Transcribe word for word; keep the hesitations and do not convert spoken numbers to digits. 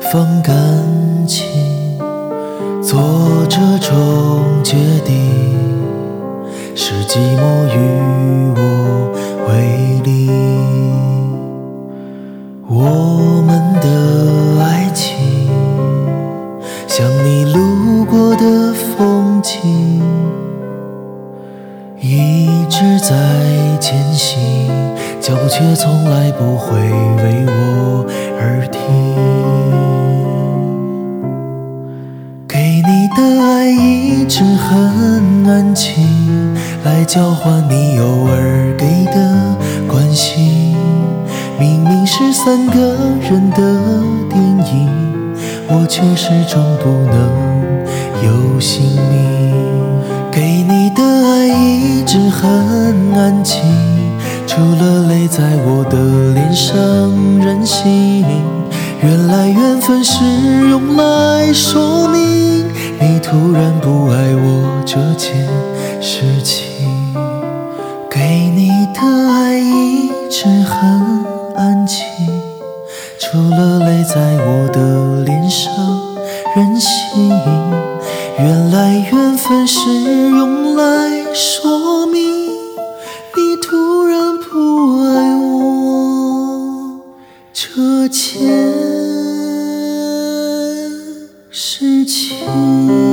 份感情，做这种决定，是寂寞与我为邻。我们的爱情像你路过的风景，一直在前行，脚步却从来不会为我而停。给你的爱一直很安静，来交换你偶尔给的关心。明明是三个人的电影，我却始终不能有姓名。给你的爱一直很安静，除了泪在我的脸上任性。原来缘分是用来说明你突然不爱我这件事情。给你的爱一直很安静，除了泪在我的脸上任性。原来缘分是用来说明你突然不爱我这件事情。